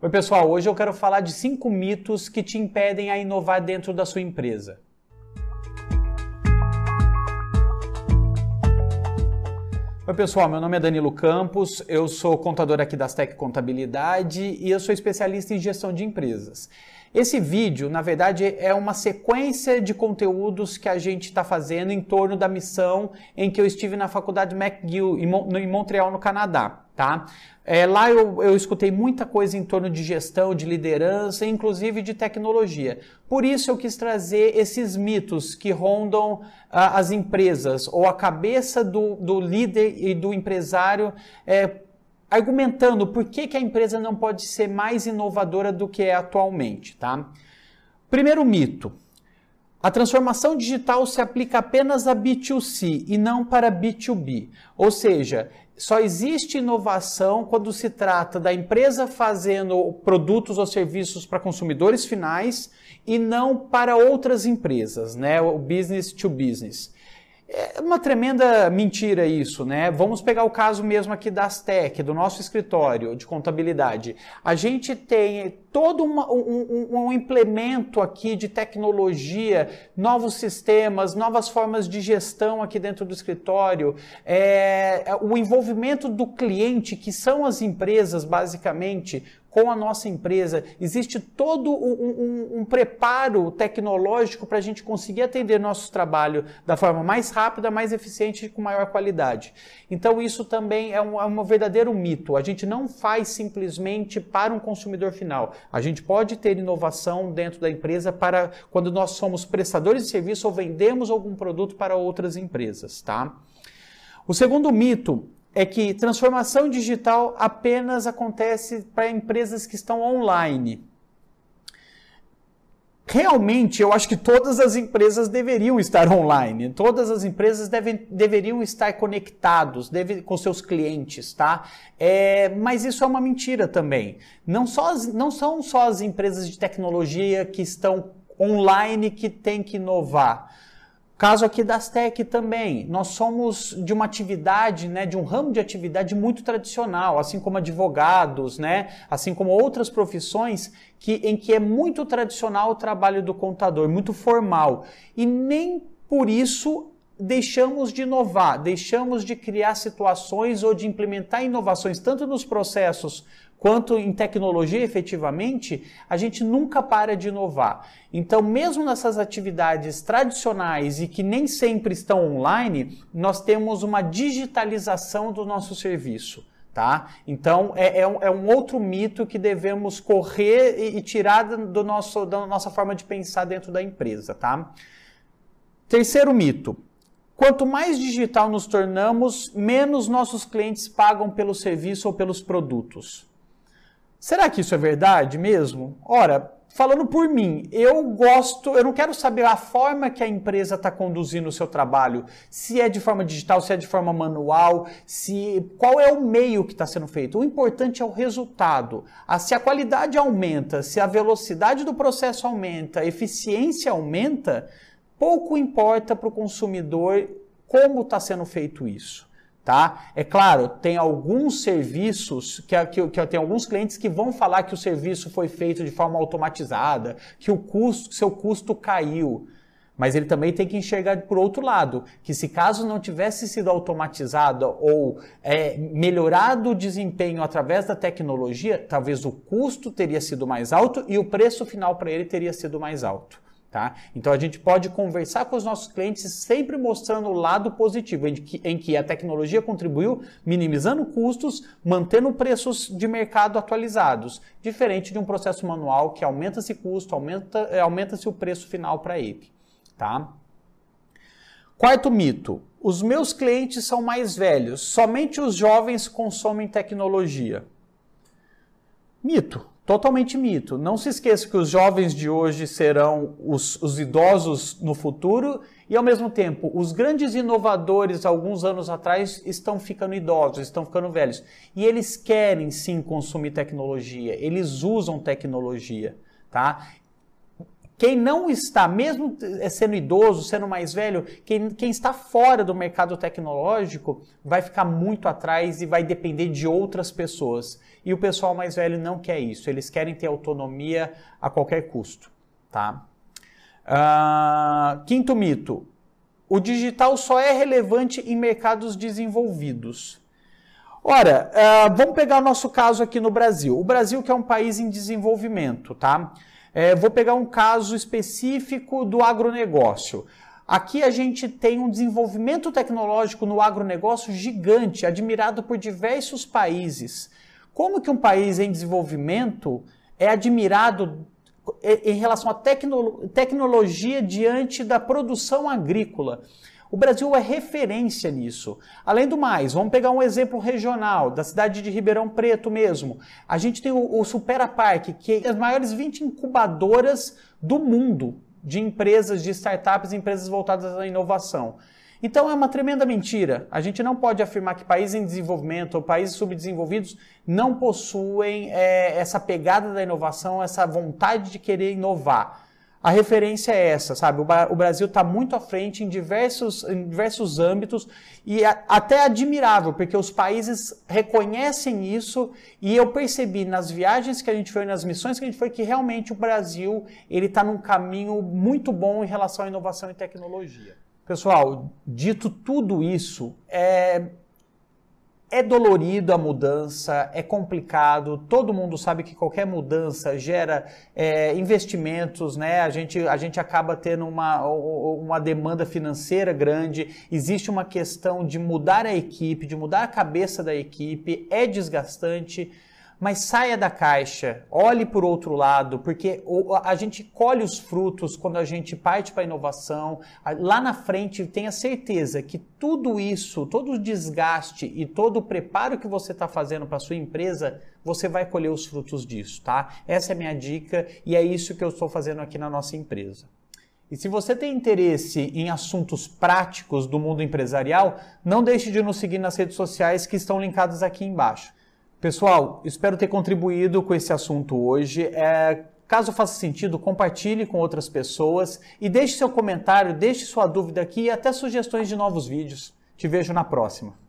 Oi pessoal, hoje eu quero falar de 5 mitos que te impedem a inovar dentro da sua empresa. Oi pessoal, meu nome é Danilo Campos, eu sou contador aqui da Astec Contabilidade e eu sou especialista em gestão de empresas. Esse vídeo, na verdade, é uma sequência de conteúdos que a gente está fazendo em torno da missão em que eu estive na faculdade McGill, em Montreal, no Canadá. Tá? Lá eu escutei muita coisa em torno de gestão, de liderança, inclusive de tecnologia. Por isso eu quis trazer esses mitos que rondam as empresas, ou a cabeça do líder e do empresário, argumentando por que a empresa não pode ser mais inovadora do que é atualmente. Tá? Primeiro mito. A transformação digital se aplica apenas a B2C e não para B2B. Ou seja, só existe inovação quando se trata da empresa fazendo produtos ou serviços para consumidores finais e não para outras empresas, né? O business to business. É uma tremenda mentira isso, né? Vamos pegar o caso mesmo aqui da Astec, do nosso escritório de contabilidade. A gente tem todo um implemento aqui de tecnologia, novos sistemas, novas formas de gestão aqui dentro do escritório, o envolvimento do cliente, que são as empresas basicamente, com a nossa empresa. Existe todo um preparo tecnológico para a gente conseguir atender nosso trabalho da forma mais rápida, mais eficiente e com maior qualidade. Então isso também é um verdadeiro mito. A gente não faz simplesmente para um consumidor final. A gente pode ter inovação dentro da empresa para quando nós somos prestadores de serviço ou vendemos algum produto para outras empresas, tá? O segundo mito é que transformação digital apenas acontece para empresas que estão online. Realmente, eu acho que todas as empresas deveriam estar online, todas as empresas deveriam estar conectados com seus clientes, tá? Mas isso é uma mentira também. Não são só as empresas de tecnologia que estão online que têm que inovar. Caso aqui da Astec também, nós somos de uma atividade, né, de um ramo de atividade muito tradicional, assim como advogados, né, assim como outras profissões em que é muito tradicional o trabalho do contador, muito formal. E nem por isso deixamos de inovar, deixamos de criar situações ou de implementar inovações, tanto nos processos quanto em tecnologia efetivamente, a gente nunca para de inovar. Então, mesmo nessas atividades tradicionais e que nem sempre estão online, nós temos uma digitalização do nosso serviço. Tá? Então, é um outro mito que devemos correr e tirar da nossa forma de pensar dentro da empresa. Tá? Terceiro mito. Quanto mais digital nos tornamos, menos nossos clientes pagam pelo serviço ou pelos produtos. Será que isso é verdade mesmo? Ora, falando por mim, eu não quero saber a forma que a empresa está conduzindo o seu trabalho, se é de forma digital, se é de forma manual, qual é o meio que está sendo feito. O importante é o resultado. Se a qualidade aumenta, se a velocidade do processo aumenta, a eficiência aumenta, pouco importa para o consumidor como está sendo feito isso. Tá? É claro, tem alguns serviços, que eu tenho alguns clientes que vão falar que o serviço foi feito de forma automatizada, que seu custo caiu. Mas ele também tem que enxergar por outro lado, que se caso não tivesse sido automatizado ou melhorado o desempenho através da tecnologia, talvez o custo teria sido mais alto e o preço final para ele teria sido mais alto. Tá? Então a gente pode conversar com os nossos clientes sempre mostrando o lado positivo, em que a tecnologia contribuiu minimizando custos, mantendo preços de mercado atualizados, diferente de um processo manual que aumenta esse custo, aumenta-se o preço final para ele. Tá? Quarto mito, os meus clientes são mais velhos, somente os jovens consomem tecnologia. Mito. Totalmente mito. Não se esqueça que os jovens de hoje serão os idosos no futuro e, ao mesmo tempo, os grandes inovadores, alguns anos atrás, estão ficando idosos, estão ficando velhos. E eles querem, sim, consumir tecnologia. Eles usam tecnologia, tá? Quem não está, mesmo sendo idoso, sendo mais velho, quem está fora do mercado tecnológico vai ficar muito atrás e vai depender de outras pessoas. E o pessoal mais velho não quer isso, eles querem ter autonomia a qualquer custo. Tá? Quinto mito, o digital só é relevante em mercados desenvolvidos. Ora, vamos pegar o nosso caso aqui no Brasil. O Brasil que é um país em desenvolvimento, tá? Vou pegar um caso específico do agronegócio. Aqui a gente tem um desenvolvimento tecnológico no agronegócio gigante, admirado por diversos países. Como que um país em desenvolvimento é admirado em relação à tecnologia diante da produção agrícola? O Brasil é referência nisso. Além do mais, vamos pegar um exemplo regional, da cidade de Ribeirão Preto mesmo. A gente tem o Supera Park, que é as maiores 20 incubadoras do mundo de empresas, de startups, empresas voltadas à inovação. Então é uma tremenda mentira. A gente não pode afirmar que países em desenvolvimento ou países subdesenvolvidos não possuem essa pegada da inovação, essa vontade de querer inovar. A referência é essa, sabe? O Brasil está muito à frente em diversos âmbitos e até admirável, porque os países reconhecem isso e eu percebi nas viagens que a gente foi, nas missões que a gente foi, que realmente o Brasil ele está num caminho muito bom em relação à inovação e tecnologia. Pessoal, dito tudo isso, é dolorido a mudança, é complicado, todo mundo sabe que qualquer mudança gera investimentos, né? A gente acaba tendo uma demanda financeira grande, existe uma questão de mudar a equipe, de mudar a cabeça da equipe, é desgastante, mas saia da caixa, olhe por outro lado, porque a gente colhe os frutos quando a gente parte para a inovação. Lá na frente, tenha certeza que tudo isso, todo o desgaste e todo o preparo que você está fazendo para a sua empresa, você vai colher os frutos disso, tá? Essa é a minha dica e é isso que eu estou fazendo aqui na nossa empresa. E se você tem interesse em assuntos práticos do mundo empresarial, não deixe de nos seguir nas redes sociais que estão linkadas aqui embaixo. Pessoal, espero ter contribuído com esse assunto hoje. Caso faça sentido, compartilhe com outras pessoas e deixe seu comentário, deixe sua dúvida aqui e até sugestões de novos vídeos. Te vejo na próxima.